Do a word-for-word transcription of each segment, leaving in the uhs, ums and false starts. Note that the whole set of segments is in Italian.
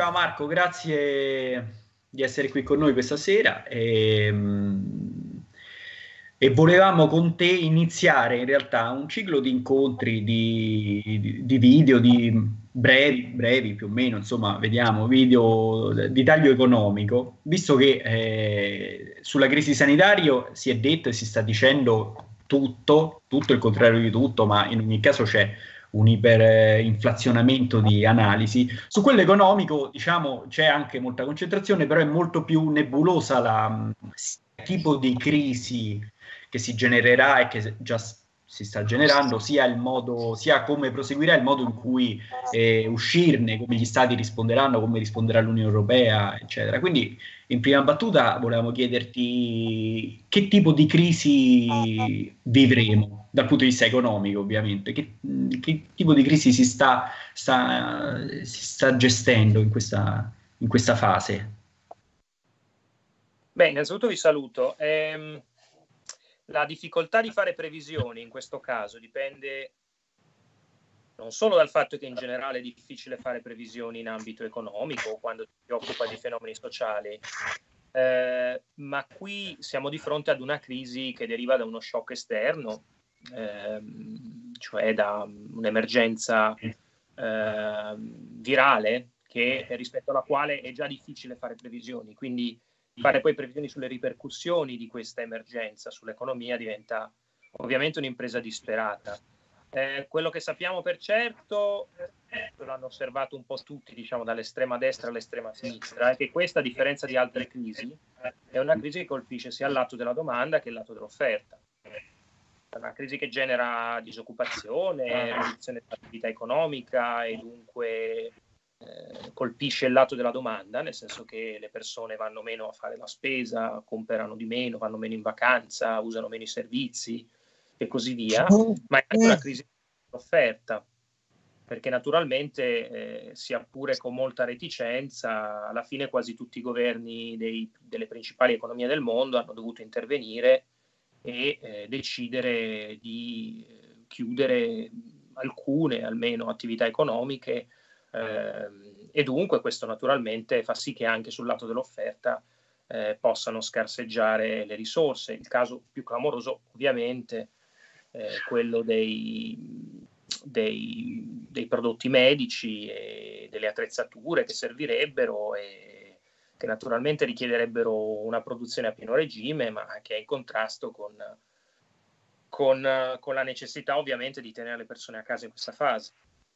Ciao Marco, grazie di essere qui con noi questa sera e, e volevamo con te iniziare in realtà un ciclo di incontri, di, di- di video, di brevi, brevi più o meno, insomma, vediamo, video di taglio economico, visto che eh, sulla crisi sanitaria si è detto e si sta dicendo tutto, tutto il contrario di tutto, ma in ogni caso c'è un iperinflazionamento di analisi. Su quello economico, diciamo, c'è anche molta concentrazione, però è molto più nebulosa la il tipo di crisi che si genererà e che già si sta generando, sia il modo, sia come proseguirà, il modo in cui eh, uscirne, come gli stati risponderanno, come risponderà l'Unione Europea, eccetera. Quindi, in prima battuta, volevamo chiederti che tipo di crisi vivremo dal punto di vista economico, ovviamente, che, che tipo di crisi si sta, sta, si sta gestendo in questa, in questa fase? Beh, innanzitutto vi saluto. Ehm, la difficoltà di fare previsioni in questo caso dipende non solo dal fatto che in generale è difficile fare previsioni in ambito economico o quando si occupa di fenomeni sociali, eh, ma qui siamo di fronte ad una crisi che deriva da uno shock esterno, ehm, cioè da un'emergenza eh, virale che, rispetto alla quale è già difficile fare previsioni. Quindi fare poi previsioni sulle ripercussioni di questa emergenza sull'economia diventa ovviamente un'impresa disperata. Eh, quello che sappiamo per certo, lo hanno osservato un po' tutti, diciamo, dall'estrema destra all'estrema sinistra, è che questa, a differenza di altre crisi, è una crisi che colpisce sia il lato della domanda che il lato dell'offerta. È una crisi che genera disoccupazione, riduzione dell'attività economica e dunque eh, colpisce il lato della domanda, nel senso che le persone vanno meno a fare la spesa, comprano di meno, vanno meno in vacanza, usano meno i servizi e così via, ma è anche una crisi dell'offerta, perché naturalmente, eh, sia pure con molta reticenza, alla fine quasi tutti i governi dei, delle principali economie del mondo hanno dovuto intervenire e eh, decidere di eh, chiudere alcune, almeno, attività economiche, eh, e dunque questo naturalmente fa sì che anche sul lato dell'offerta eh, possano scarseggiare le risorse. Il caso più clamoroso, ovviamente, è quello dei, dei, dei prodotti medici e delle attrezzature che servirebbero e che naturalmente richiederebbero una produzione a pieno regime, ma che è in contrasto con, con, con la necessità ovviamente di tenere le persone a casa in questa fase.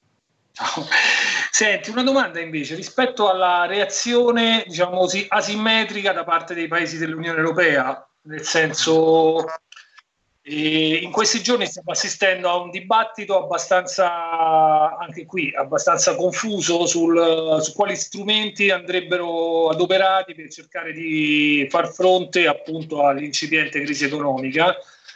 Senti, una domanda invece rispetto alla reazione, diciamo così, asimmetrica da parte dei paesi dell'Unione Europea, nel senso, eh, in questi giorni stiamo assistendo a un dibattito abbastanza, anche qui, abbastanza confuso sul, su quali strumenti andrebbero adoperati per cercare di far fronte appunto all'incipiente crisi economica.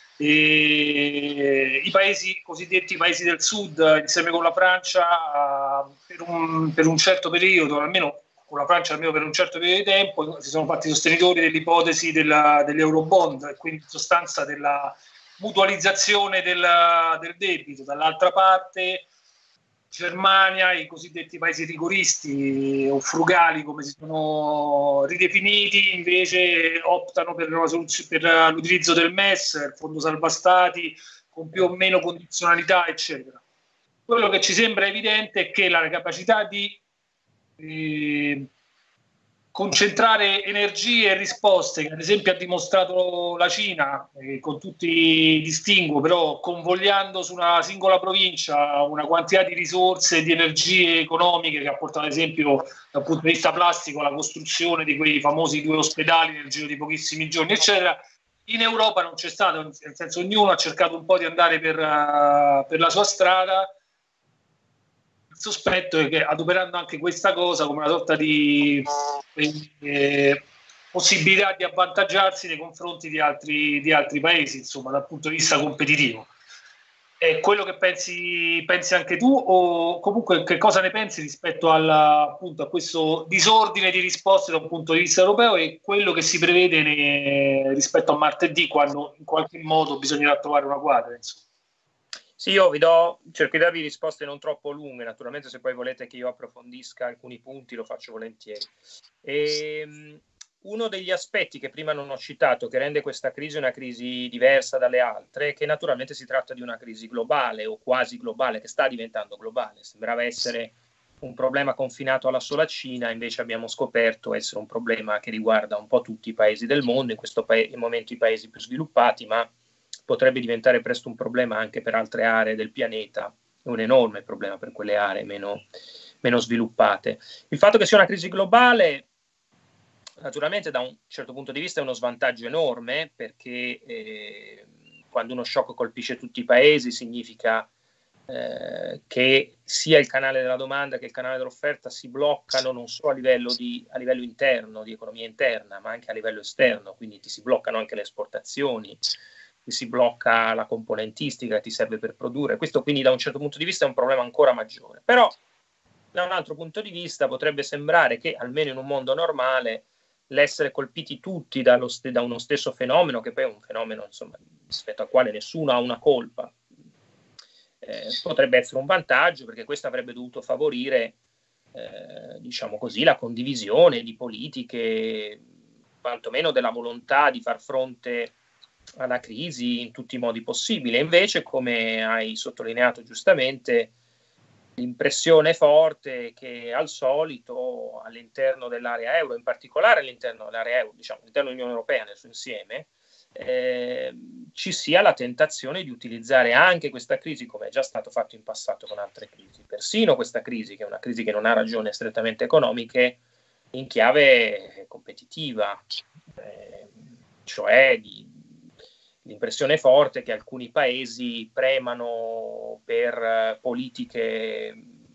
E i paesi cosiddetti paesi del sud, insieme con la Francia, per un, per un certo periodo, almeno con la Francia almeno per un certo periodo di tempo, si sono fatti sostenitori dell'ipotesi della, degli eurobond, e quindi in sostanza della mutualizzazione del, del debito. Dall'altra parte Germania, i cosiddetti paesi rigoristi o frugali, come si sono ridefiniti, invece optano per, una soluzio- per l'utilizzo del M E S, il Fondo Salva Stati, con più o meno condizionalità, eccetera. Quello che ci sembra evidente è che la capacità di eh, concentrare energie e risposte, che ad esempio ha dimostrato la Cina, eh, con tutti i distinguo, però convogliando su una singola provincia una quantità di risorse e di energie economiche che ha portato ad esempio dal punto di vista plastico alla costruzione di quei famosi due ospedali nel giro di pochissimi giorni, eccetera. In Europa non c'è stato, nel senso ognuno ha cercato un po' di andare per, uh, per la sua strada. Il sospetto è che, adoperando anche questa cosa come una sorta di eh, possibilità di avvantaggiarsi nei confronti di altri, di altri paesi, insomma, dal punto di vista competitivo. È quello che pensi, pensi anche tu, o comunque che cosa ne pensi rispetto alla, appunto, a questo disordine di risposte da un punto di vista europeo e quello che si prevede ne, rispetto a martedì, quando in qualche modo bisognerà trovare una quadra, insomma? Sì, io vi do, cerco di darvi risposte non troppo lunghe, naturalmente se poi volete che io approfondisca alcuni punti lo faccio volentieri. E, uno degli aspetti che prima non ho citato, che rende questa crisi una crisi diversa dalle altre, è che naturalmente si tratta di una crisi globale o quasi globale, che sta diventando globale. Sembrava essere un problema confinato alla sola Cina, invece abbiamo scoperto essere un problema che riguarda un po' tutti i paesi del mondo, in questo pa- in momento i paesi più sviluppati, ma potrebbe diventare presto un problema anche per altre aree del pianeta, un enorme problema per quelle aree meno, meno sviluppate. Il fatto che sia una crisi globale, naturalmente da un certo punto di vista è uno svantaggio enorme, perché eh, quando uno shock colpisce tutti i paesi significa eh, che sia il canale della domanda che il canale dell'offerta si bloccano non solo a livello, di, a livello interno, di economia interna, ma anche a livello esterno, quindi ti si bloccano anche le esportazioni, ti si blocca la componentistica che ti serve per produrre. Questo quindi da un certo punto di vista è un problema ancora maggiore. Però da un altro punto di vista potrebbe sembrare che, almeno in un mondo normale, l'essere colpiti tutti dallo st- da uno stesso fenomeno, che poi è un fenomeno insomma, rispetto al quale nessuno ha una colpa, eh, potrebbe essere un vantaggio, perché questo avrebbe dovuto favorire eh, diciamo così, la condivisione di politiche, quantomeno della volontà di far fronte alla crisi in tutti i modi possibili. E invece, come hai sottolineato giustamente, l'impressione forte che al solito all'interno dell'area euro, in particolare all'interno dell'area euro, diciamo all'interno dell'Unione Europea nel suo insieme, eh, ci sia la tentazione di utilizzare anche questa crisi, come è già stato fatto in passato con altre crisi, persino questa crisi, che è una crisi che non ha ragioni strettamente economiche, in chiave competitiva, eh, cioè di l'impressione forte che alcuni paesi premano per politiche,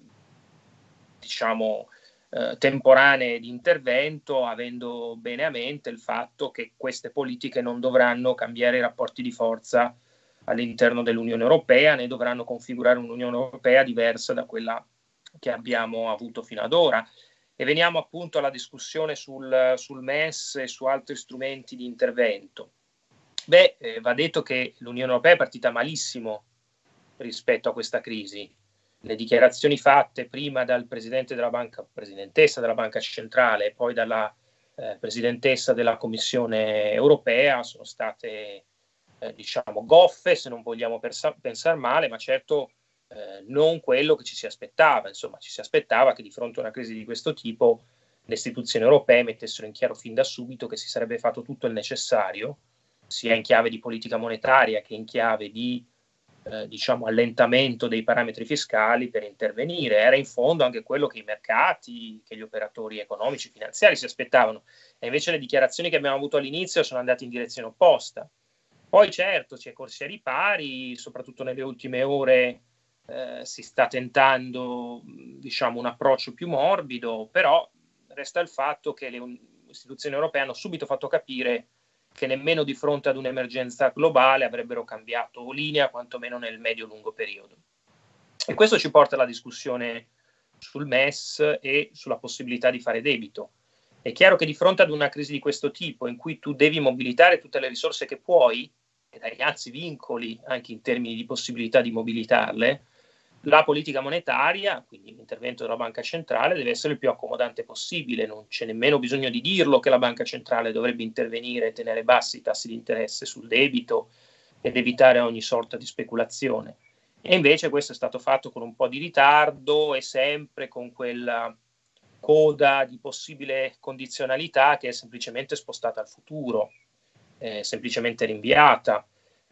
diciamo, eh, temporanee di intervento, avendo bene a mente il fatto che queste politiche non dovranno cambiare i rapporti di forza all'interno dell'Unione Europea, né dovranno configurare un'Unione Europea diversa da quella che abbiamo avuto fino ad ora. E veniamo appunto alla discussione sul, sul M E S e su altri strumenti di intervento. Beh, eh, va detto che l'Unione Europea è partita malissimo rispetto a questa crisi. Le dichiarazioni fatte prima dal presidente della banca, presidentessa della Banca Centrale e poi dalla eh, presidentessa della Commissione Europea sono state, eh, diciamo, goffe, se non vogliamo persa- pensare male, ma certo eh, non quello che ci si aspettava. Insomma, ci si aspettava che di fronte a una crisi di questo tipo le istituzioni europee mettessero in chiaro fin da subito che si sarebbe fatto tutto il necessario, sia in chiave di politica monetaria che in chiave di eh, diciamo allentamento dei parametri fiscali per intervenire. Era in fondo anche quello che i mercati, che gli operatori economici e finanziari si aspettavano, e invece le dichiarazioni che abbiamo avuto all'inizio sono andate in direzione opposta. Poi certo si è corsi ai ripari, soprattutto nelle ultime ore eh, si sta tentando diciamo un approccio più morbido, però resta il fatto che le istituzioni europee hanno subito fatto capire che nemmeno di fronte ad un'emergenza globale avrebbero cambiato linea, quantomeno nel medio-lungo periodo. E questo ci porta alla discussione sul M E S e sulla possibilità di fare debito. È chiaro che di fronte ad una crisi di questo tipo, in cui tu devi mobilitare tutte le risorse che puoi, e dai anzi vincoli anche in termini di possibilità di mobilitarle, la politica monetaria, quindi l'intervento della banca centrale, deve essere il più accomodante possibile. Non c'è nemmeno bisogno di dirlo che la banca centrale dovrebbe intervenire e tenere bassi i tassi di interesse sul debito ed evitare ogni sorta di speculazione. E invece questo è stato fatto con un po' di ritardo e sempre con quella coda di possibile condizionalità che è semplicemente spostata al futuro, eh, semplicemente rinviata.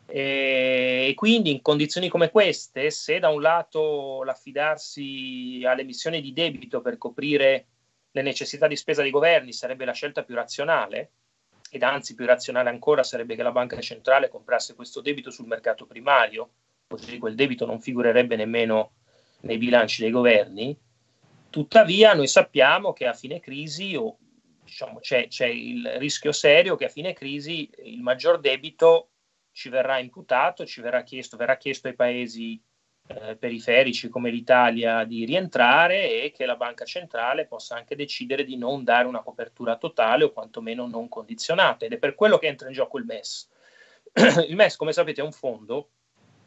E quindi in condizioni come queste, se da un lato l'affidarsi all'emissione di debito per coprire le necessità di spesa dei governi sarebbe la scelta più razionale, ed anzi più razionale ancora sarebbe che la banca centrale comprasse questo debito sul mercato primario, così quel debito non figurerebbe nemmeno nei bilanci dei governi. Tuttavia noi sappiamo che a fine crisi, o diciamo c'è, c'è il rischio serio che a fine crisi il maggior debito ci verrà imputato, ci verrà chiesto, verrà chiesto ai paesi eh, periferici come l'Italia di rientrare, e che la banca centrale possa anche decidere di non dare una copertura totale o quantomeno non condizionata, ed è per quello che entra in gioco il M E S. Il M E S, come sapete, è un fondo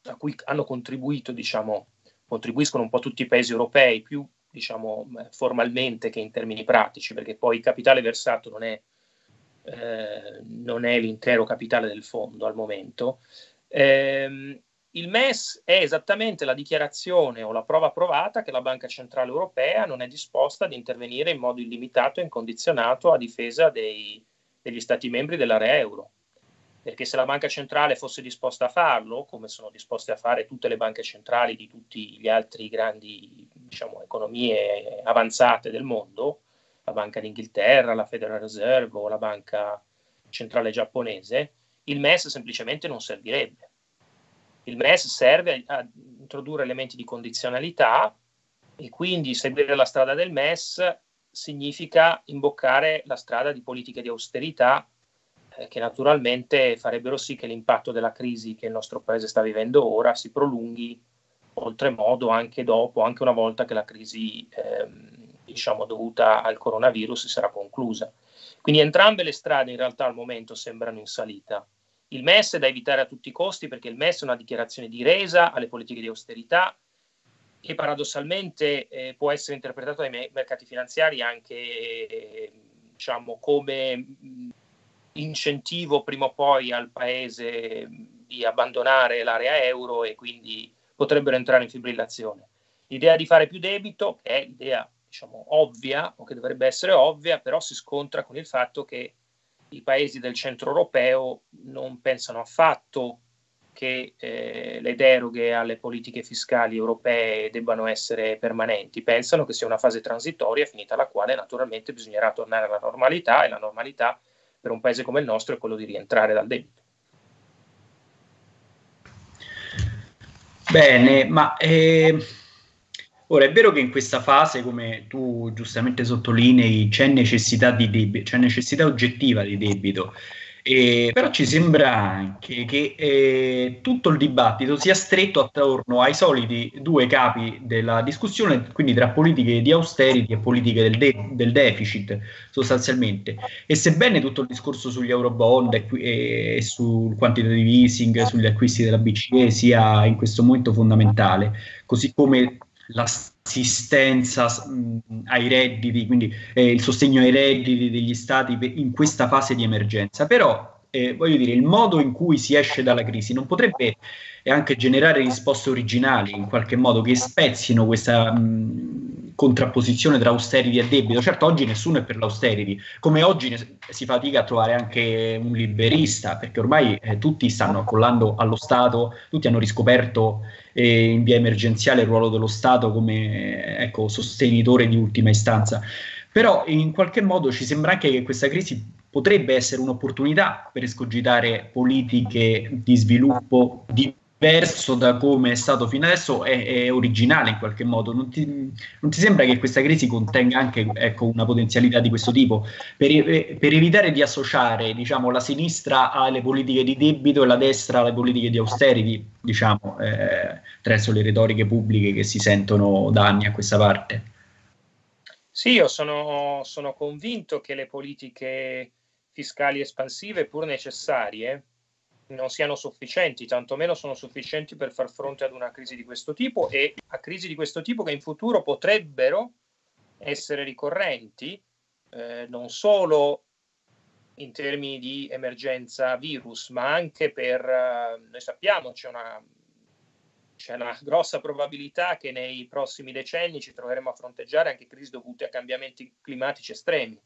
a cui hanno contribuito, diciamo, contribuiscono un po' tutti i paesi europei, più diciamo formalmente che in termini pratici, perché poi il capitale versato non è, eh, non è l'intero capitale del fondo al momento. Eh, il M E S è esattamente la dichiarazione o la prova provata che la Banca Centrale Europea non è disposta ad intervenire in modo illimitato e incondizionato a difesa dei, degli Stati membri dell'area euro. Perché se la banca centrale fosse disposta a farlo, come sono disposte a fare tutte le banche centrali di tutti gli altri grandi, diciamo, economie avanzate del mondo, la Banca d'Inghilterra, la Federal Reserve o la Banca Centrale Giapponese, il M E S semplicemente non servirebbe. Il M E S serve a, a introdurre elementi di condizionalità e quindi seguire la strada del M E S significa imboccare la strada di politiche di austerità che naturalmente farebbero sì che l'impatto della crisi che il nostro paese sta vivendo ora si prolunghi oltremodo anche dopo, anche una volta che la crisi ehm, diciamo dovuta al coronavirus sarà conclusa. Quindi entrambe le strade in realtà al momento sembrano in salita. Il M E S è da evitare a tutti i costi perché il M E S è una dichiarazione di resa alle politiche di austerità e paradossalmente eh, può essere interpretato dai me- mercati finanziari anche eh, diciamo come mh, incentivo prima o poi al paese di abbandonare l'area euro e quindi potrebbero entrare in fibrillazione. L'idea di fare più debito, che è l'idea diciamo ovvia o che dovrebbe essere ovvia, però si scontra con il fatto che i paesi del centro europeo non pensano affatto che eh, le deroghe alle politiche fiscali europee debbano essere permanenti, pensano che sia una fase transitoria finita la quale naturalmente bisognerà tornare alla normalità e la normalità per un paese come il nostro è quello di rientrare dal debito. Bene, ma eh, ora è vero che in questa fase, come tu giustamente sottolinei, c'è necessità di debito, c'è necessità oggettiva di debito, eh, però ci sembra anche che eh, tutto il dibattito sia stretto attorno ai soliti due capi della discussione, quindi tra politiche di austerity e politiche del, de- del deficit, sostanzialmente. E sebbene tutto il discorso sugli eurobond e, e, e sul quantitative easing, sugli acquisti della B C E sia in questo momento fondamentale, così come l'assistenza mh, ai redditi, quindi eh, il sostegno ai redditi degli stati in questa fase di emergenza. Però, eh, voglio dire, il modo in cui si esce dalla crisi non potrebbe anche generare risposte originali, in qualche modo, che spezzino questa mh, contrapposizione tra austerity e debito. Certo, oggi nessuno è per l'austerity, come oggi ne, si fatica a trovare anche un liberista, perché ormai eh, tutti stanno accollando allo Stato, tutti hanno riscoperto eh, in via emergenziale il ruolo dello Stato come ecco, sostenitore di ultima istanza. Però in qualche modo ci sembra anche che questa crisi potrebbe essere un'opportunità per escogitare politiche di sviluppo diverso da come è stato fino adesso, è, è originale in qualche modo. Non ti, non ti sembra che questa crisi contenga anche ecco, una potenzialità di questo tipo per, per evitare di associare diciamo, la sinistra alle politiche di debito e la destra alle politiche di austerity, diciamo, eh, attraverso le retoriche pubbliche che si sentono da anni a questa parte? Sì, io sono, sono convinto che le politiche fiscali espansive, pur necessarie, non siano sufficienti, tantomeno sono sufficienti per far fronte ad una crisi di questo tipo e a crisi di questo tipo che in futuro potrebbero essere ricorrenti, eh, non solo in termini di emergenza virus, ma anche per, eh, noi sappiamo, c'è una, c'è una grossa probabilità che nei prossimi decenni ci troveremo a fronteggiare anche crisi dovute a cambiamenti climatici estremi.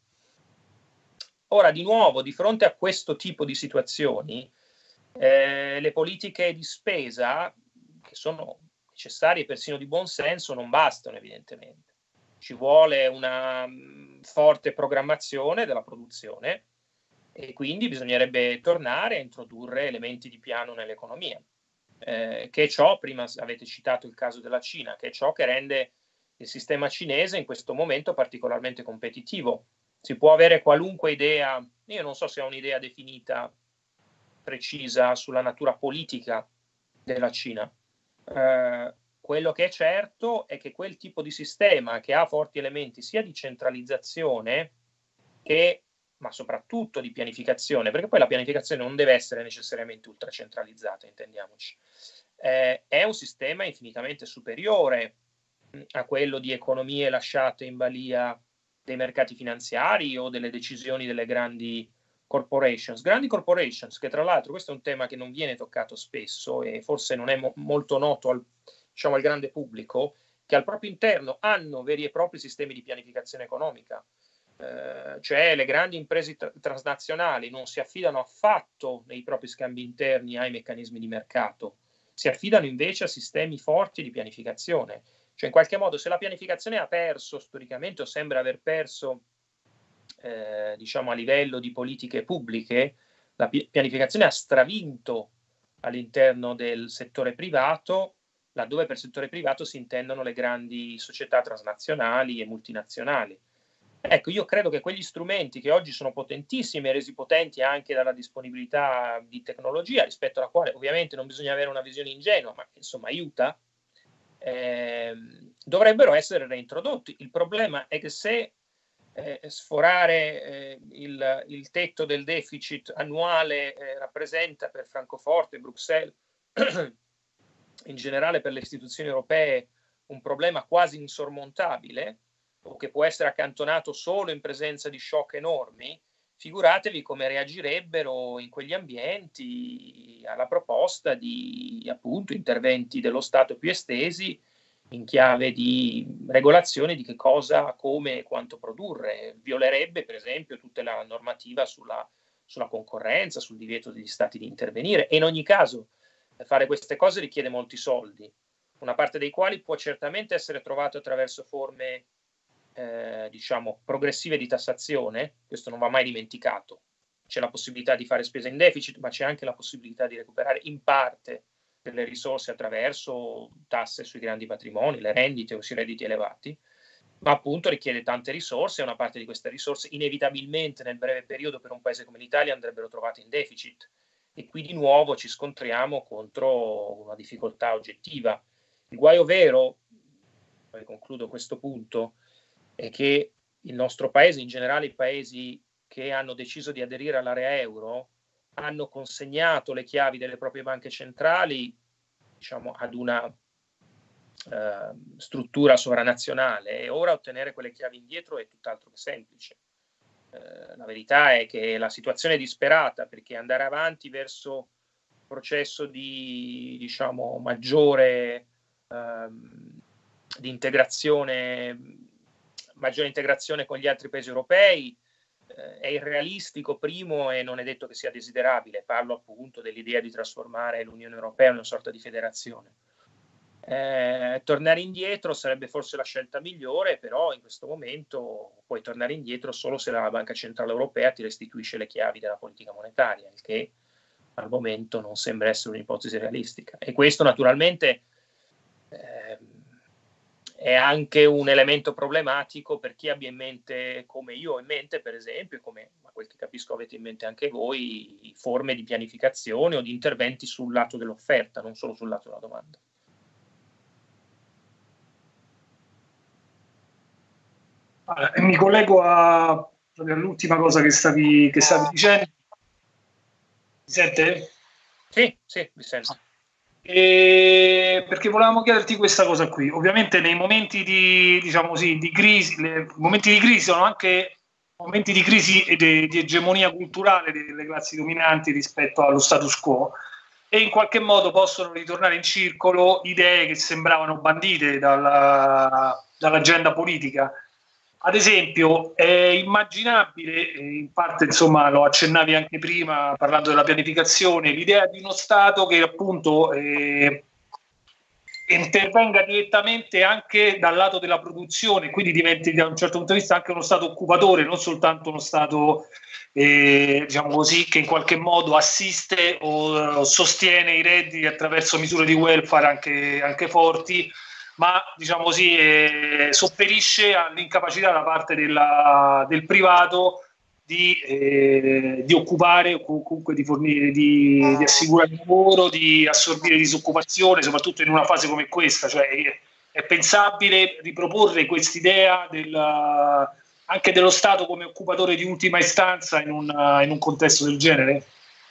Ora, di nuovo, di fronte a questo tipo di situazioni, eh, le politiche di spesa, che sono necessarie persino di buon senso, non bastano evidentemente. Ci vuole una mh, forte programmazione della produzione e quindi bisognerebbe tornare a introdurre elementi di piano nell'economia, eh, che è ciò, prima avete citato il caso della Cina, che è ciò che rende il sistema cinese in questo momento particolarmente competitivo. Si può avere qualunque idea, io non so se ho un'idea definita precisa sulla natura politica della Cina. Eh, quello che è certo è che quel tipo di sistema che ha forti elementi sia di centralizzazione che ma soprattutto di pianificazione, perché poi la pianificazione non deve essere necessariamente ultracentralizzata, intendiamoci. Eh, è un sistema infinitamente superiore a quello di economie lasciate in balia dei mercati finanziari o delle decisioni delle grandi corporations. Grandi corporations che, tra l'altro, questo è un tema che non viene toccato spesso e forse non è mo- molto noto al, diciamo, al grande pubblico, che al proprio interno hanno veri e propri sistemi di pianificazione economica. Eh, cioè le grandi imprese tra- transnazionali non si affidano affatto nei propri scambi interni ai meccanismi di mercato, si affidano invece a sistemi forti di pianificazione. Cioè, in qualche modo, se la pianificazione ha perso storicamente o sembra aver perso eh, diciamo a livello di politiche pubbliche, la pi- pianificazione ha stravinto all'interno del settore privato, laddove per settore privato si intendono le grandi società transnazionali e multinazionali. Ecco, io credo che quegli strumenti che oggi sono potentissimi e resi potenti anche dalla disponibilità di tecnologia, rispetto alla quale ovviamente non bisogna avere una visione ingenua, ma insomma aiuta, eh, dovrebbero essere reintrodotti. Il problema è che se eh, sforare eh, il, il tetto del deficit annuale eh, rappresenta per Francoforte, Bruxelles, in generale per le istituzioni europee, un problema quasi insormontabile, o che può essere accantonato solo in presenza di shock enormi, figuratevi come reagirebbero in quegli ambienti alla proposta di appunto interventi dello Stato più estesi in chiave di regolazione di che cosa, come e quanto produrre. Violerebbe per esempio tutta la normativa sulla, sulla concorrenza, sul divieto degli Stati di intervenire, e in ogni caso fare queste cose richiede molti soldi, una parte dei quali può certamente essere trovata attraverso forme Eh, diciamo progressive di tassazione. Questo non va mai dimenticato. C'è la possibilità di fare spesa in deficit, ma c'è anche la possibilità di recuperare in parte delle risorse attraverso tasse sui grandi patrimoni, le rendite o sui redditi elevati, ma appunto richiede tante risorse e una parte di queste risorse inevitabilmente nel breve periodo per un paese come l'Italia andrebbero trovate in deficit, e qui di nuovo ci scontriamo contro una difficoltà oggettiva. Il guaio vero, poi concludo questo punto, è che il nostro paese, in generale i paesi che hanno deciso di aderire all'area euro, hanno consegnato le chiavi delle proprie banche centrali, diciamo, ad una eh, struttura sovranazionale, e ora ottenere quelle chiavi indietro è tutt'altro che semplice. Eh, la verità è che la situazione è disperata, perché andare avanti verso un processo di, diciamo, maggiore ehm, di integrazione maggiore integrazione con gli altri paesi europei eh, è irrealistico, primo, e non è detto che sia desiderabile. Parlo appunto dell'idea di trasformare l'Unione Europea in una sorta di federazione. Eh, tornare indietro sarebbe forse la scelta migliore, però in questo momento puoi tornare indietro solo se la Banca Centrale Europea ti restituisce le chiavi della politica monetaria, il che al momento non sembra essere un'ipotesi realistica. E questo naturalmente eh, è anche un elemento problematico per chi abbia in mente, come io ho in mente per esempio, come a quel che capisco avete in mente anche voi, forme di pianificazione o di interventi sul lato dell'offerta, non solo sul lato della domanda. Allora, mi collego a, all'ultima cosa che stavi, che stavi dicendo. Mi sente? Sì, sì, mi sento. E perché volevamo chiederti questa cosa qui. Ovviamente nei momenti di, diciamo così, di crisi, i momenti di crisi sono anche momenti di crisi e di, di egemonia culturale delle classi dominanti rispetto allo status quo, e in qualche modo possono ritornare in circolo idee che sembravano bandite dalla, dall'agenda politica. Ad esempio, è immaginabile, in parte insomma lo accennavi anche prima parlando della pianificazione, l'idea di uno Stato che appunto eh, intervenga direttamente anche dal lato della produzione, quindi diventi da un certo punto di vista anche uno Stato occupatore, non soltanto uno Stato eh, diciamo così, che in qualche modo assiste o, o sostiene i redditi attraverso misure di welfare anche, anche forti, ma diciamo così eh, sopperisce all'incapacità da parte della, del privato di, eh, di occupare o comunque di fornire, di, di assicurare lavoro, di assorbire disoccupazione, soprattutto in una fase come questa. Cioè è, è pensabile riproporre quest'idea del, anche dello Stato come occupatore di ultima istanza in un, in un contesto del genere?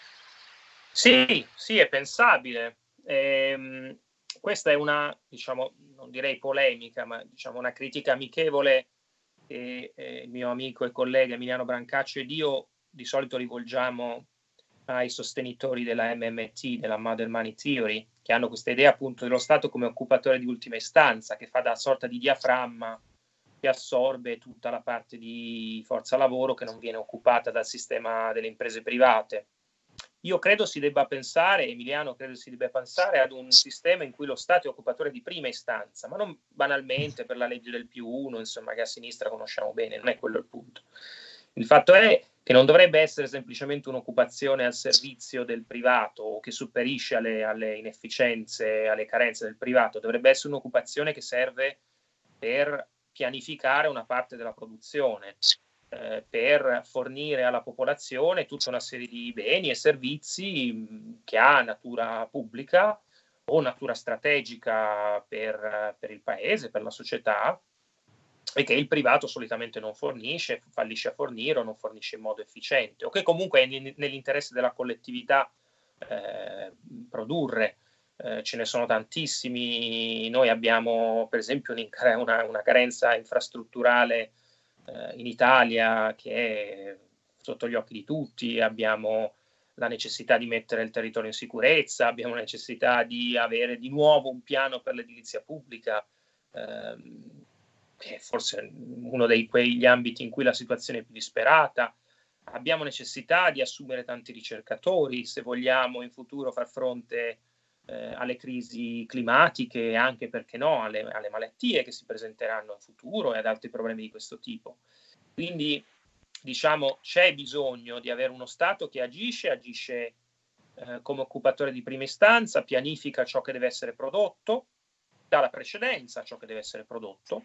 Sì, sì, è pensabile. Ehm, questa è una, diciamo, non direi polemica, ma diciamo una critica amichevole che eh, il mio amico e collega Emiliano Brancaccio ed io di solito rivolgiamo ai sostenitori della M M T, della Mother Money Theory, che hanno questa idea appunto dello Stato come occupatore di ultima istanza, che fa da sorta di diaframma che assorbe tutta la parte di forza lavoro che non viene occupata dal sistema delle imprese private. Io credo si debba pensare, Emiliano credo si debba pensare ad un sistema in cui lo Stato è occupatore di prima istanza, ma non banalmente per la legge del più uno, insomma, che a sinistra conosciamo bene, non è quello il punto. Il fatto è che non dovrebbe essere semplicemente un'occupazione al servizio del privato o che superisce alle, alle inefficienze, alle carenze del privato, dovrebbe essere un'occupazione che serve per pianificare una parte della produzione, eh, per fornire alla popolazione tutta una serie di beni e servizi mh, che ha natura pubblica o natura strategica per, per il paese, per la società, e che il privato solitamente non fornisce, fallisce a fornire o non fornisce in modo efficiente, o che comunque è nell'interesse della collettività eh, produrre. Eh, ce ne sono tantissimi. Noi abbiamo per esempio una, una carenza infrastrutturale eh, in Italia che è sotto gli occhi di tutti, abbiamo la necessità di mettere il territorio in sicurezza, abbiamo la necessità di avere di nuovo un piano per l'edilizia pubblica, ehm, che è forse uno dei quegli ambiti in cui la situazione è più disperata. Abbiamo necessità di assumere tanti ricercatori se vogliamo in futuro far fronte eh, alle crisi climatiche e anche, perché no, alle, alle malattie che si presenteranno in futuro e ad altri problemi di questo tipo. Quindi, diciamo, c'è bisogno di avere uno Stato che agisce, agisce eh, come occupatore di prima istanza, pianifica ciò che deve essere prodotto, dà la precedenza a ciò che deve essere prodotto,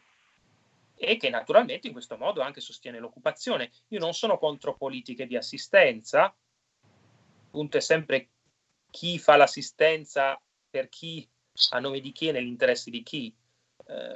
e che naturalmente in questo modo anche sostiene l'occupazione. Io non sono contro politiche di assistenza, il punto è sempre chi fa l'assistenza per chi, a nome di chi e nell'interesse di chi. Eh,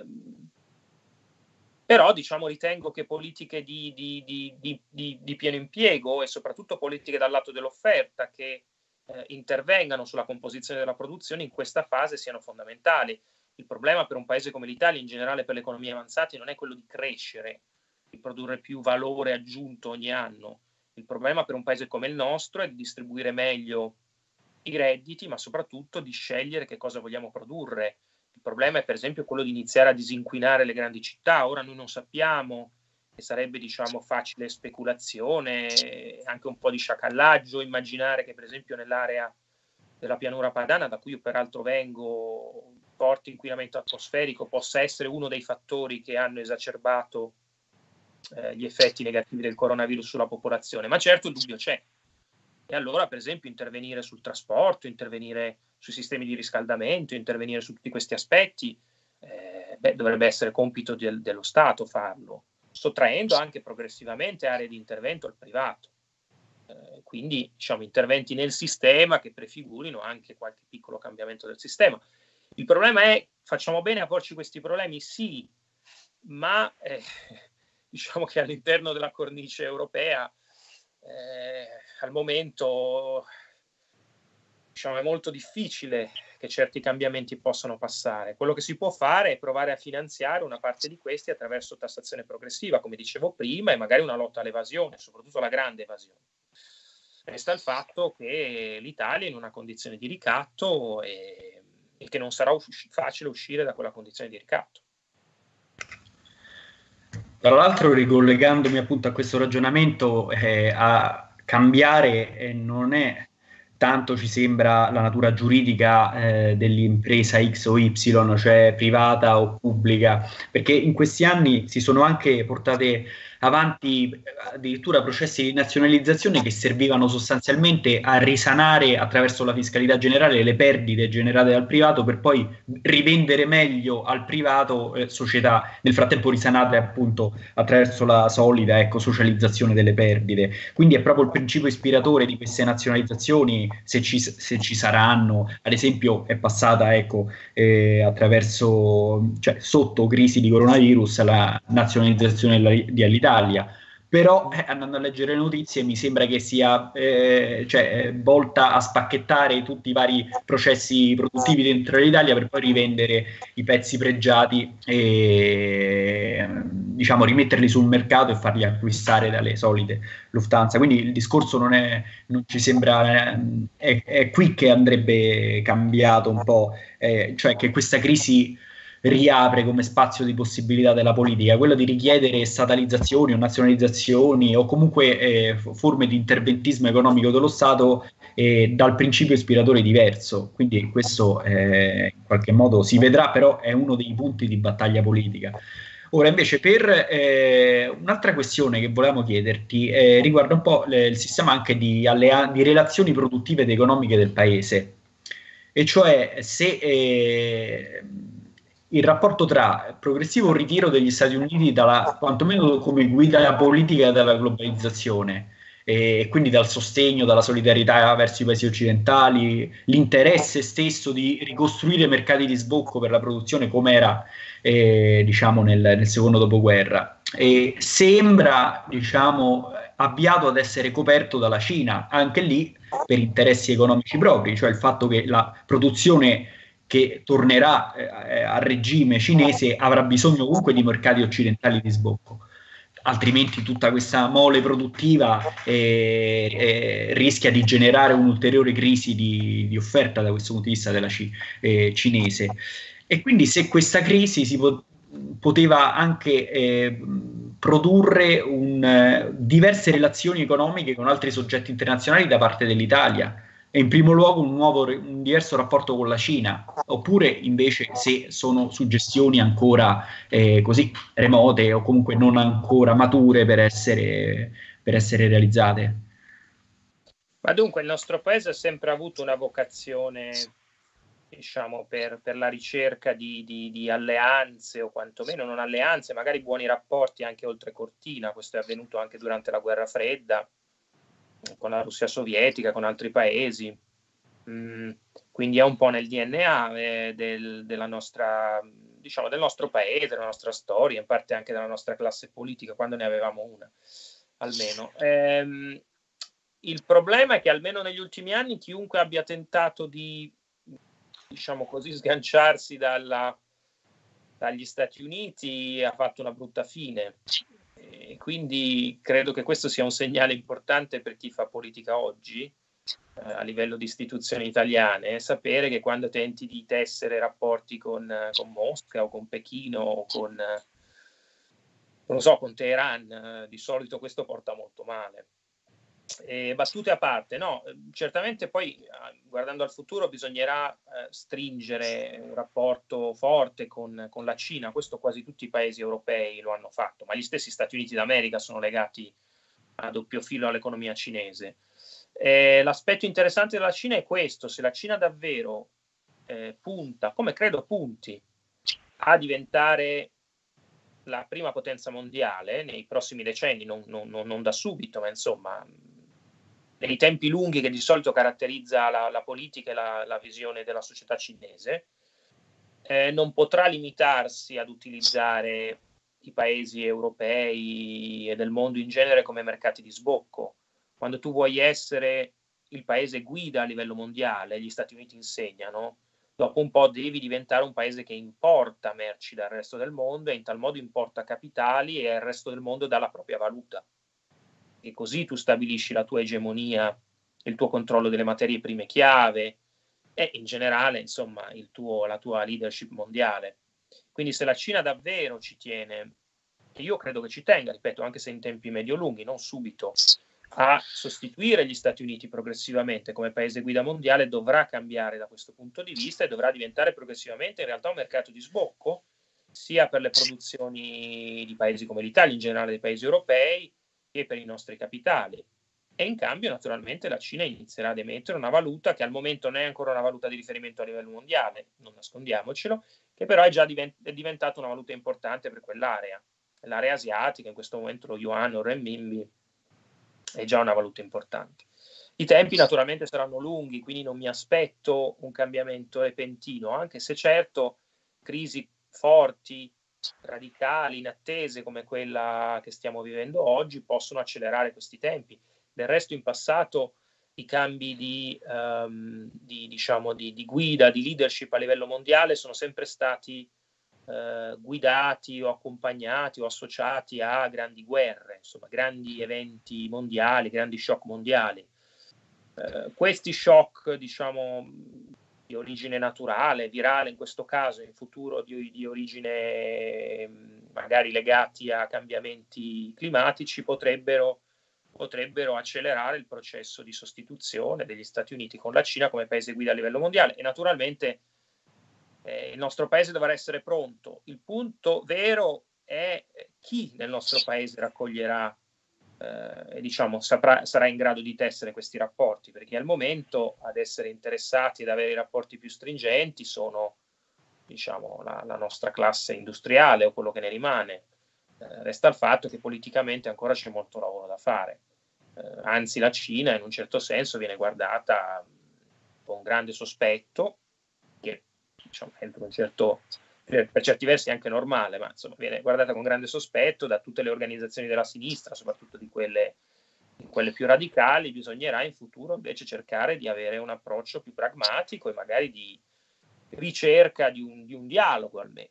però diciamo ritengo che politiche di, di, di, di, di, di pieno impiego e soprattutto politiche dal lato dell'offerta che eh, intervengano sulla composizione della produzione in questa fase siano fondamentali. Il problema per un paese come l'Italia, in generale per le economie avanzate, non è quello di crescere, di produrre più valore aggiunto ogni anno. Il problema per un paese come il nostro è di distribuire meglio i redditi, ma soprattutto di scegliere che cosa vogliamo produrre. Il problema è per esempio quello di iniziare a disinquinare le grandi città. Ora noi non sappiamo, e sarebbe diciamo facile speculazione, anche un po' di sciacallaggio, immaginare che per esempio nell'area della pianura padana, da cui io peraltro vengo, forte inquinamento atmosferico possa essere uno dei fattori che hanno esacerbato eh, gli effetti negativi del coronavirus sulla popolazione, ma certo il dubbio c'è. E allora per esempio intervenire sul trasporto, intervenire sui sistemi di riscaldamento, intervenire su tutti questi aspetti, eh, beh, dovrebbe essere compito del, dello Stato farlo, sottraendo anche progressivamente aree di intervento al privato. Eh, quindi diciamo interventi nel sistema che prefigurino anche qualche piccolo cambiamento del sistema. Il problema è, facciamo bene a porci questi problemi? Sì, ma eh, diciamo che all'interno della cornice europea eh, al momento diciamo, è molto difficile che certi cambiamenti possano passare. Quello che si può fare è provare a finanziare una parte di questi attraverso tassazione progressiva, come dicevo prima, e magari una lotta all'evasione, soprattutto alla grande evasione. Resta il fatto che l'Italia è in una condizione di ricatto e e che non sarà usci- facile uscire da quella condizione di ricatto. Tra l'altro, ricollegandomi appunto a questo ragionamento, eh, a cambiare eh, non è tanto, ci sembra, la natura giuridica eh, dell'impresa X o Y, cioè privata o pubblica, perché in questi anni si sono anche portate avanti addirittura processi di nazionalizzazione che servivano sostanzialmente a risanare attraverso la fiscalità generale le perdite generate dal privato per poi rivendere meglio al privato eh, società nel frattempo risanate appunto attraverso la solida ecco, socializzazione delle perdite. Quindi è proprio il principio ispiratore di queste nazionalizzazioni, se ci, se ci saranno. Ad esempio è passata ecco, eh, attraverso, cioè sotto crisi di coronavirus, la nazionalizzazione di Alitalia, l'Italia. Però eh, andando a leggere le notizie mi sembra che sia eh, cioè, volta a spacchettare tutti i vari processi produttivi dentro l'Italia per poi rivendere i pezzi pregiati e diciamo rimetterli sul mercato e farli acquistare dalle solite Lufthansa. Quindi il discorso non è, non ci sembra, è, è qui che andrebbe cambiato un po', eh, cioè che questa crisi riapre come spazio di possibilità della politica, quello di richiedere statalizzazioni o nazionalizzazioni o comunque eh, forme di interventismo economico dello Stato eh, dal principio ispiratore diverso. Quindi questo eh, in qualche modo si vedrà, però è uno dei punti di battaglia politica. Ora invece per eh, un'altra questione che volevamo chiederti eh, riguarda un po' le, il sistema anche di, allea- di relazioni produttive ed economiche del paese, e cioè se eh, il rapporto tra progressivo ritiro degli Stati Uniti dalla, quantomeno come guida politica della globalizzazione e quindi dal sostegno, dalla solidarietà verso i paesi occidentali, l'interesse stesso di ricostruire mercati di sbocco per la produzione come era eh, diciamo nel, nel secondo dopoguerra, e sembra diciamo avviato ad essere coperto dalla Cina, anche lì per interessi economici propri, cioè il fatto che la produzione che tornerà eh, a regime cinese avrà bisogno comunque di mercati occidentali di sbocco, altrimenti tutta questa mole produttiva eh, eh, rischia di generare un'ulteriore crisi di, di offerta da questo punto di vista della C- eh, cinese. E quindi se questa crisi si po- poteva anche eh, produrre un, eh, diverse relazioni economiche con altri soggetti internazionali da parte dell'Italia, e in primo luogo un nuovo, un diverso rapporto con la Cina, oppure invece se sono suggestioni ancora eh, così remote o comunque non ancora mature per essere, per essere realizzate. Ma dunque il nostro paese ha sempre avuto una vocazione, diciamo, per, per la ricerca di, di, di alleanze, o quantomeno non alleanze, magari buoni rapporti anche oltre cortina. Questo è avvenuto anche durante la guerra fredda, con la Russia sovietica, con altri paesi. Mm, quindi è un po' nel D N A eh, del, della nostra, diciamo, del nostro paese, della nostra storia, in parte anche della nostra classe politica, quando ne avevamo una, almeno. Ehm, il problema è che almeno negli ultimi anni chiunque abbia tentato di, diciamo così, sganciarsi dalla, dagli Stati Uniti ha fatto una brutta fine. E quindi credo che questo sia un segnale importante per chi fa politica oggi eh, a livello di istituzioni italiane, sapere che quando tenti di tessere rapporti con, con Mosca o con Pechino o con, non lo so, con Teheran, eh, di solito questo porta molto male. E battute a parte, no, certamente poi guardando al futuro bisognerà eh, stringere un rapporto forte con, con la Cina. Questo quasi tutti i paesi europei lo hanno fatto, ma gli stessi Stati Uniti d'America sono legati a doppio filo all'economia cinese. Eh, l'aspetto interessante della Cina è questo: se la Cina davvero eh, punta, come credo punti, a diventare la prima potenza mondiale nei prossimi decenni, non, non, non da subito, ma insomma nei tempi lunghi che di solito caratterizza la, la politica e la, la visione della società cinese, eh, non potrà limitarsi ad utilizzare i paesi europei e del mondo in genere come mercati di sbocco. Quando tu vuoi essere il paese guida a livello mondiale, gli Stati Uniti insegnano, dopo un po' devi diventare un paese che importa merci dal resto del mondo e in tal modo importa capitali e il resto del mondo dà la propria valuta. E così tu stabilisci la tua egemonia, il tuo controllo delle materie prime chiave e in generale, insomma, il tuo, la tua leadership mondiale. Quindi se la Cina davvero ci tiene, e io credo che ci tenga, ripeto, anche se in tempi medio-lunghi, non subito, a sostituire gli Stati Uniti progressivamente come paese guida mondiale, dovrà cambiare da questo punto di vista e dovrà diventare progressivamente in realtà un mercato di sbocco, sia per le produzioni di paesi come l'Italia, in generale dei paesi europei, che per i nostri capitali. E in cambio naturalmente la Cina inizierà ad emettere una valuta che al momento non è ancora una valuta di riferimento a livello mondiale, non nascondiamocelo, che però è già divent- è diventata una valuta importante per quell'area. L'area asiatica, in questo momento lo yuan o il renminbi, è già una valuta importante. I tempi naturalmente saranno lunghi, quindi non mi aspetto un cambiamento repentino, anche se certo crisi forti radicali, inattese come quella che stiamo vivendo oggi possono accelerare questi tempi. Del resto in passato i cambi di, um, di, diciamo, di, di guida, di leadership a livello mondiale sono sempre stati uh, guidati o accompagnati o associati a grandi guerre, insomma grandi eventi mondiali, grandi shock mondiali. Uh, questi shock, diciamo, di origine naturale, virale in questo caso, in futuro di, di origine magari legati a cambiamenti climatici, potrebbero, potrebbero accelerare il processo di sostituzione degli Stati Uniti con la Cina come paese guida a livello mondiale. E naturalmente eh, il nostro paese dovrà essere pronto. Il punto vero è chi nel nostro paese raccoglierà Eh, diciamo saprà, sarà in grado di tessere questi rapporti, perché al momento ad essere interessati ad avere i rapporti più stringenti sono, diciamo, la, la nostra classe industriale o quello che ne rimane. Eh, resta il fatto che politicamente ancora c'è molto lavoro da fare, eh, anzi la Cina in un certo senso viene guardata con grande sospetto, che diciamo entro un certo per certi versi è anche normale, ma insomma viene guardata con grande sospetto da tutte le organizzazioni della sinistra, soprattutto di quelle, di quelle più radicali. Bisognerà in futuro invece cercare di avere un approccio più pragmatico e magari di ricerca di un, di un dialogo almeno,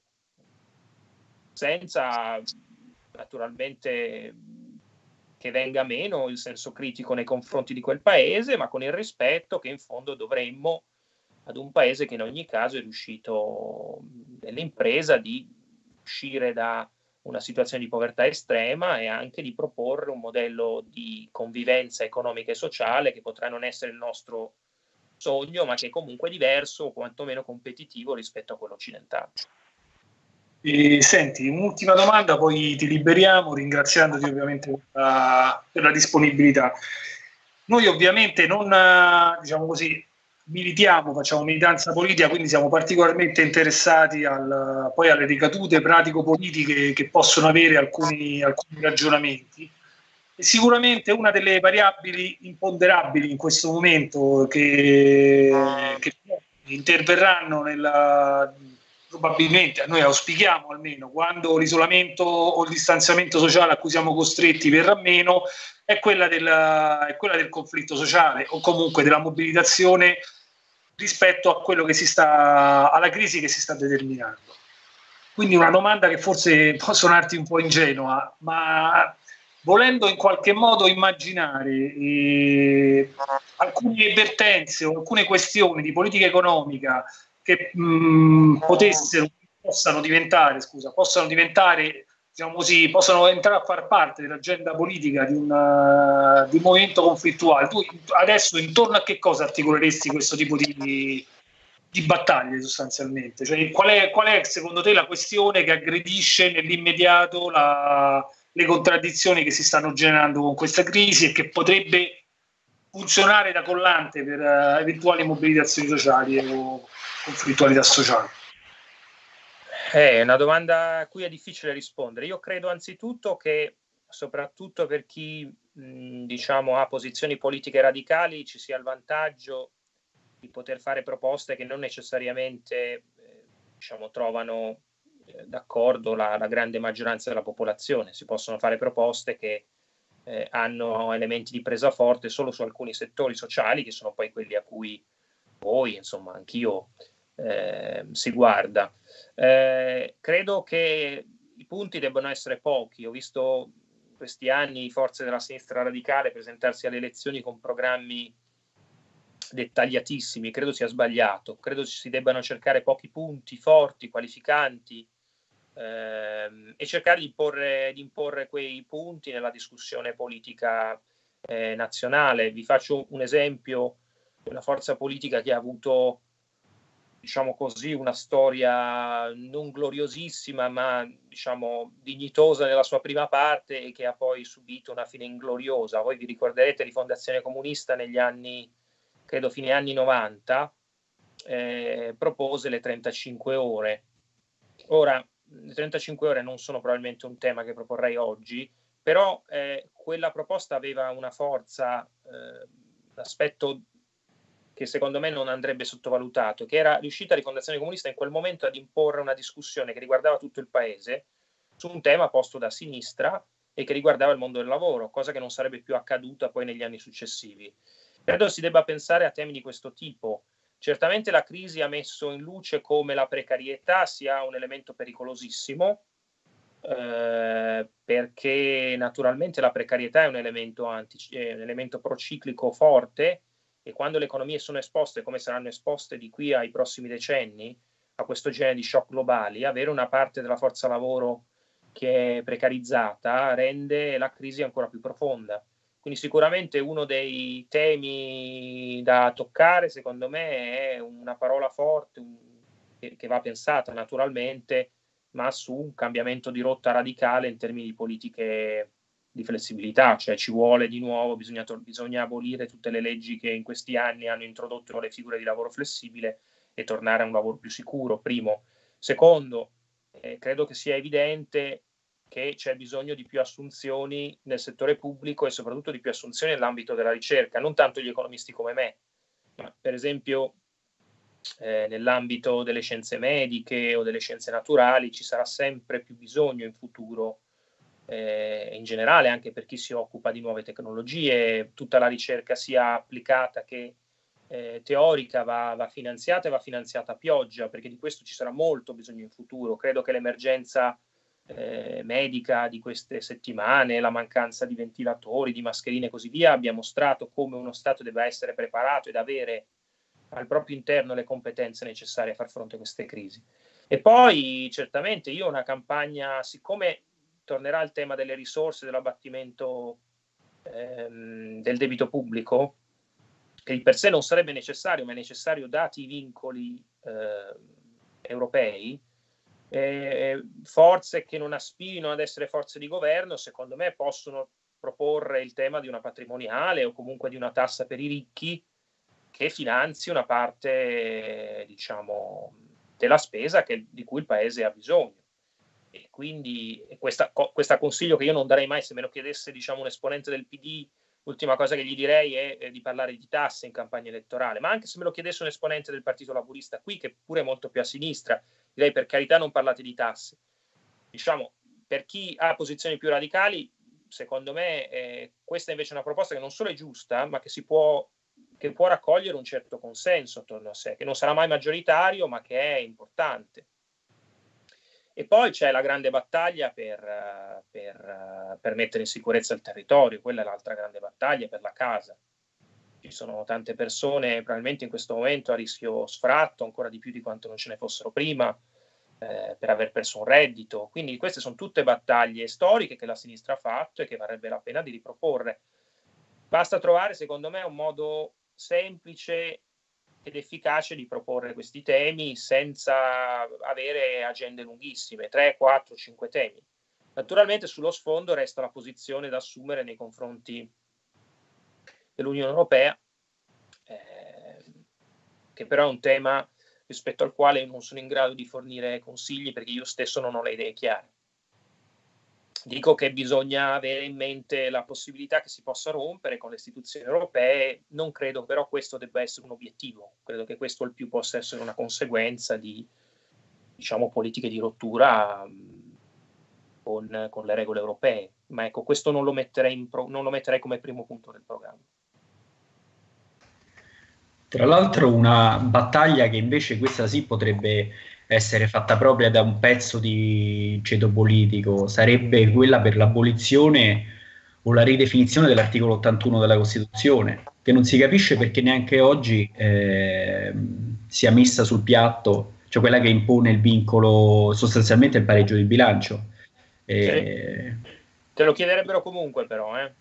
senza naturalmente che venga meno il senso critico nei confronti di quel paese, ma con il rispetto che in fondo dovremmo ad un paese che in ogni caso è riuscito nell'impresa di uscire da una situazione di povertà estrema e anche di proporre un modello di convivenza economica e sociale che potrà non essere il nostro sogno, ma che è comunque diverso o quantomeno competitivo rispetto a quello occidentale. E, senti, un'ultima domanda, poi ti liberiamo, ringraziandoti ovviamente per la, per la disponibilità. Noi ovviamente non, diciamo così, militiamo, facciamo militanza politica, quindi siamo particolarmente interessati al, poi alle ricadute pratico-politiche che possono avere alcuni, alcuni ragionamenti. E sicuramente una delle variabili imponderabili in questo momento che, che interverranno nella, probabilmente, a noi auspichiamo almeno, quando l'isolamento o il distanziamento sociale a cui siamo costretti verrà meno, è quella del, è quella del conflitto sociale o comunque della mobilitazione rispetto a quello che si sta, alla crisi che si sta determinando. Quindi una domanda che forse può suonarti un po' ingenua, ma volendo in qualche modo immaginare eh, alcune avvertenze o alcune questioni di politica economica che mh, potessero, possano diventare, scusa, possano diventare, diciamo così, possano entrare a far parte dell'agenda politica di un, uh, di un movimento conflittuale. Tu adesso intorno a che cosa articoleresti questo tipo di, di battaglie sostanzialmente? Cioè, qual è, qual è secondo te la questione che aggredisce nell'immediato la, le contraddizioni che si stanno generando con questa crisi e che potrebbe funzionare da collante per uh, eventuali mobilitazioni sociali o conflittualità sociali? È una domanda a cui è difficile rispondere. Io credo anzitutto che, soprattutto per chi mh, diciamo ha posizioni politiche radicali, ci sia il vantaggio di poter fare proposte che non necessariamente eh, diciamo, trovano eh, d'accordo la, la grande maggioranza della popolazione. Si possono fare proposte che eh, hanno elementi di presa forte solo su alcuni settori sociali, che sono poi quelli a cui voi, insomma, anch'io eh, si guarda. Eh, credo che i punti debbano essere pochi. Ho visto in questi anni forze della sinistra radicale presentarsi alle elezioni con programmi dettagliatissimi. Credo sia sbagliato. Credo si debbano cercare pochi punti forti, qualificanti, ehm, e cercare di imporre, di imporre quei punti nella discussione politica eh, nazionale. Vi faccio un esempio: una forza politica che ha avuto, diciamo così, una storia non gloriosissima, ma diciamo dignitosa nella sua prima parte e che ha poi subito una fine ingloriosa. Voi vi ricorderete Rifondazione Comunista negli anni, credo fine anni novanta, eh, propose le trentacinque ore. Ora, le trentacinque ore non sono probabilmente un tema che proporrei oggi, però eh, quella proposta aveva una forza, eh, l'aspetto che secondo me non andrebbe sottovalutato, che era riuscita la Rifondazione Comunista in quel momento ad imporre una discussione che riguardava tutto il paese su un tema posto da sinistra e che riguardava il mondo del lavoro, cosa che non sarebbe più accaduta poi negli anni successivi. Credo si debba pensare a temi di questo tipo. Certamente la crisi ha messo in luce come la precarietà sia un elemento pericolosissimo, eh, perché naturalmente la precarietà è un elemento, anti, è un elemento prociclico forte, e quando le economie sono esposte, come saranno esposte di qui ai prossimi decenni, a questo genere di shock globali, avere una parte della forza lavoro che è precarizzata rende la crisi ancora più profonda. Quindi sicuramente uno dei temi da toccare, secondo me, è una parola forte un, che, che va pensata naturalmente, ma su un cambiamento di rotta radicale in termini di politiche di flessibilità, cioè ci vuole di nuovo, bisogna, bisogna abolire tutte le leggi che in questi anni hanno introdotto le figure di lavoro flessibile e tornare a un lavoro più sicuro, primo. Secondo, eh, credo che sia evidente che c'è bisogno di più assunzioni nel settore pubblico e soprattutto di più assunzioni nell'ambito della ricerca, non tanto gli economisti come me, ma per esempio eh, nell'ambito delle scienze mediche o delle scienze naturali ci sarà sempre più bisogno in futuro, eh, in generale anche per chi si occupa di nuove tecnologie, tutta la ricerca sia applicata che eh, teorica va, va finanziata e va finanziata a pioggia, perché di questo ci sarà molto bisogno in futuro. Credo che l'emergenza Eh, medica di queste settimane, la mancanza di ventilatori, di mascherine e così via, abbia mostrato come uno Stato debba essere preparato ed avere al proprio interno le competenze necessarie a far fronte a queste crisi. E poi certamente io una campagna, siccome tornerà il tema delle risorse, dell'abbattimento ehm, del debito pubblico, che di per sé non sarebbe necessario, ma è necessario dati i vincoli eh, europei, Eh, forze che non aspirino ad essere forze di governo, secondo me possono proporre il tema di una patrimoniale o comunque di una tassa per i ricchi che finanzi una parte, diciamo, della spesa che, di cui il paese ha bisogno. E quindi questa, questo consiglio che io non darei mai, se me lo chiedesse, diciamo, un esponente del P D, l'ultima cosa che gli direi è, è di parlare di tasse in campagna elettorale, ma anche se me lo chiedesse un esponente del Partito Laburista qui, che pure è molto più a sinistra, direi per carità non parlate di tasse. Diciamo, per chi ha posizioni più radicali, secondo me eh, questa invece è una proposta che non solo è giusta, ma che si può, che può raccogliere un certo consenso attorno a sé, che non sarà mai maggioritario, ma che è importante. E poi c'è la grande battaglia per, per, per mettere in sicurezza il territorio, quella è l'altra grande battaglia, per la casa. Ci sono tante persone probabilmente in questo momento a rischio sfratto, ancora di più di quanto non ce ne fossero prima, eh, per aver perso un reddito. Quindi queste sono tutte battaglie storiche che la sinistra ha fatto e che varrebbe la pena di riproporre. Basta trovare, secondo me, un modo semplice ed efficace di proporre questi temi senza avere agende lunghissime, tre, quattro, cinque temi. Naturalmente sullo sfondo resta la posizione da assumere nei confronti dell'Unione Europea, eh, che però è un tema rispetto al quale non sono in grado di fornire consigli perché io stesso non ho le idee chiare. Dico che bisogna avere in mente la possibilità che si possa rompere con le istituzioni europee, non credo però questo debba essere un obiettivo, credo che questo al più possa essere una conseguenza di, diciamo, politiche di rottura con, con le regole europee, ma ecco, questo non lo metterei, in pro, non lo metterei come primo punto del programma. Tra l'altro una battaglia che invece questa sì potrebbe essere fatta propria da un pezzo di ceto politico sarebbe quella per l'abolizione o la ridefinizione dell'articolo ottantuno della Costituzione, che non si capisce perché neanche oggi eh, sia messa sul piatto, cioè quella che impone il vincolo, sostanzialmente il pareggio di bilancio. Eh... Te lo chiederebbero comunque però, eh?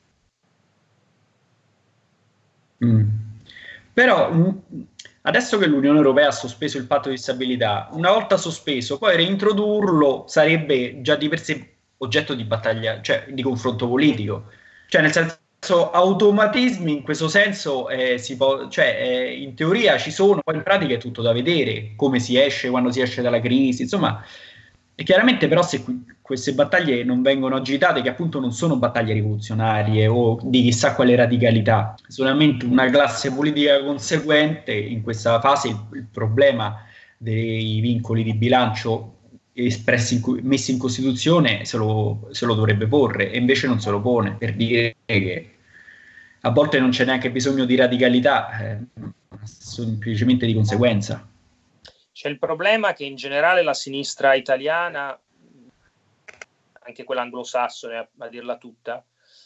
Mm. Però adesso che l'Unione Europea ha sospeso il patto di stabilità, una volta sospeso, poi reintrodurlo sarebbe già di per sé oggetto di battaglia, cioè di confronto politico. Cioè nel senso, automatismi in questo senso eh, si può, cioè eh, in teoria ci sono, poi in pratica è tutto da vedere, come si esce, quando si esce dalla crisi, insomma E chiaramente però se queste battaglie non vengono agitate, che appunto non sono battaglie rivoluzionarie o di chissà quale radicalità, solamente una classe politica conseguente, in questa fase il, il problema dei vincoli di bilancio espressi in, messi in Costituzione se lo, se lo dovrebbe porre, e invece non se lo pone, per dire che a volte non c'è neanche bisogno di radicalità, eh, semplicemente di conseguenza. C'è il problema che in generale la sinistra italiana, anche quella anglosassone a, a dirla tutta,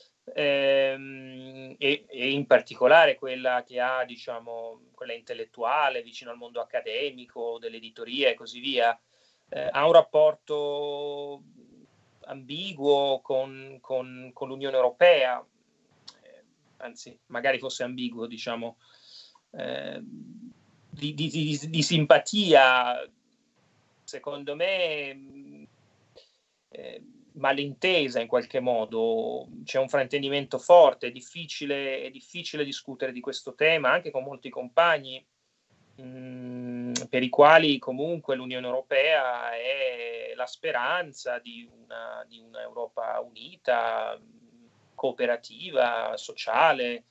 ehm, e, e in particolare quella che ha, diciamo, quella intellettuale vicino al mondo accademico, dell'editoria e così via, eh, ha un rapporto ambiguo con, con, con l'Unione Europea, eh, anzi magari fosse ambiguo, diciamo, eh, Di, di, di, di simpatia, secondo me, eh, malintesa in qualche modo. C'è un fraintendimento forte, è difficile, è difficile discutere di questo tema anche con molti compagni mh, per i quali comunque l'Unione Europea è la speranza di una, di una Europa unita, cooperativa, sociale.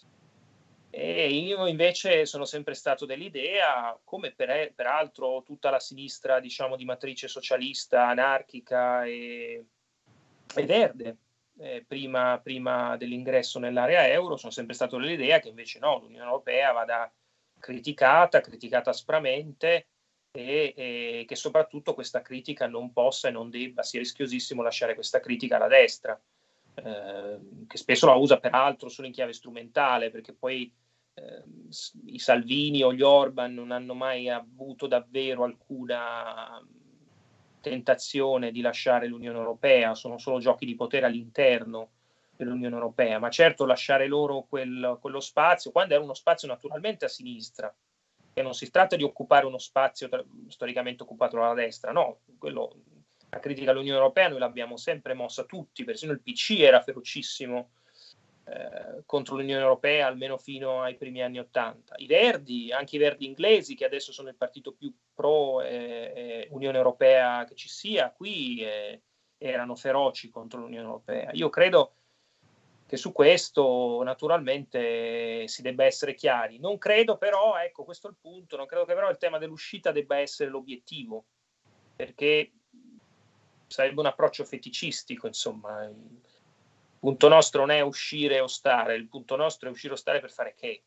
E io invece sono sempre stato dell'idea, come per, peraltro tutta la sinistra, diciamo, di matrice socialista, anarchica e, e verde, eh, prima, prima dell'ingresso nell'area euro, sono sempre stato dell'idea che invece no, l'Unione Europea vada criticata, criticata aspramente, e, e che soprattutto questa critica non possa e non debba, sia rischiosissimo lasciare questa critica alla destra, eh, che spesso la usa peraltro solo in chiave strumentale, perché poi Eh, i Salvini o gli Orban non hanno mai avuto davvero alcuna tentazione di lasciare l'Unione Europea, sono solo giochi di potere all'interno dell'Unione Europea, ma certo lasciare loro quel, quello spazio, quando era uno spazio naturalmente a sinistra, e non si tratta di occupare uno spazio tra, storicamente occupato dalla destra, no, quello, la critica all'Unione Europea noi l'abbiamo sempre mossa tutti, persino il P C era ferocissimo Eh, contro l'Unione Europea, almeno fino ai primi anni Ottanta. I Verdi, anche i Verdi inglesi, che adesso sono il partito più pro eh, eh, Unione Europea che ci sia, qui eh, erano feroci contro l'Unione Europea. Io credo che su questo naturalmente si debba essere chiari. Non credo però, ecco, questo è il punto, non credo che però il tema dell'uscita debba essere l'obiettivo, perché sarebbe un approccio feticistico, insomma. Il punto nostro non è uscire o stare, il punto nostro è uscire o stare per fare che?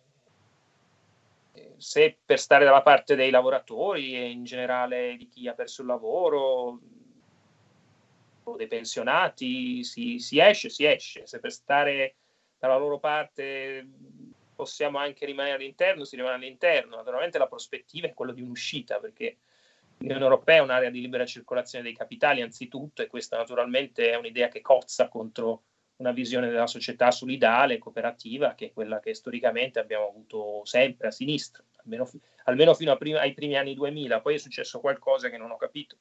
Eh, se per stare dalla parte dei lavoratori e in generale di chi ha perso il lavoro o dei pensionati si, si esce, si esce. Se per stare dalla loro parte possiamo anche rimanere all'interno, si rimane all'interno. Naturalmente la prospettiva è quella di un'uscita, perché l'Unione Europea è un'area di libera circolazione dei capitali anzitutto, e questa naturalmente è un'idea che cozza contro una visione della società solidale, cooperativa, che è quella che storicamente abbiamo avuto sempre a sinistra, almeno, almeno fino a prima, ai primi anni duemila. Poi è successo qualcosa che non ho capito.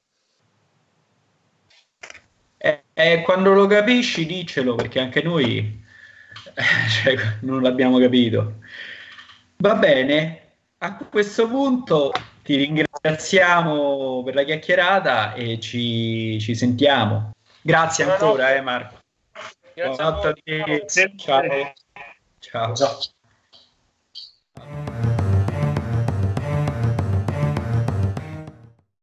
Eh, eh, quando lo capisci dicelo, perché anche noi eh, cioè, non l'abbiamo capito. Va bene, a questo punto ti ringraziamo per la chiacchierata e ci, ci sentiamo. Grazie ancora, eh, Marco. Grazie a voi. Ciao. Ciao. Ciao.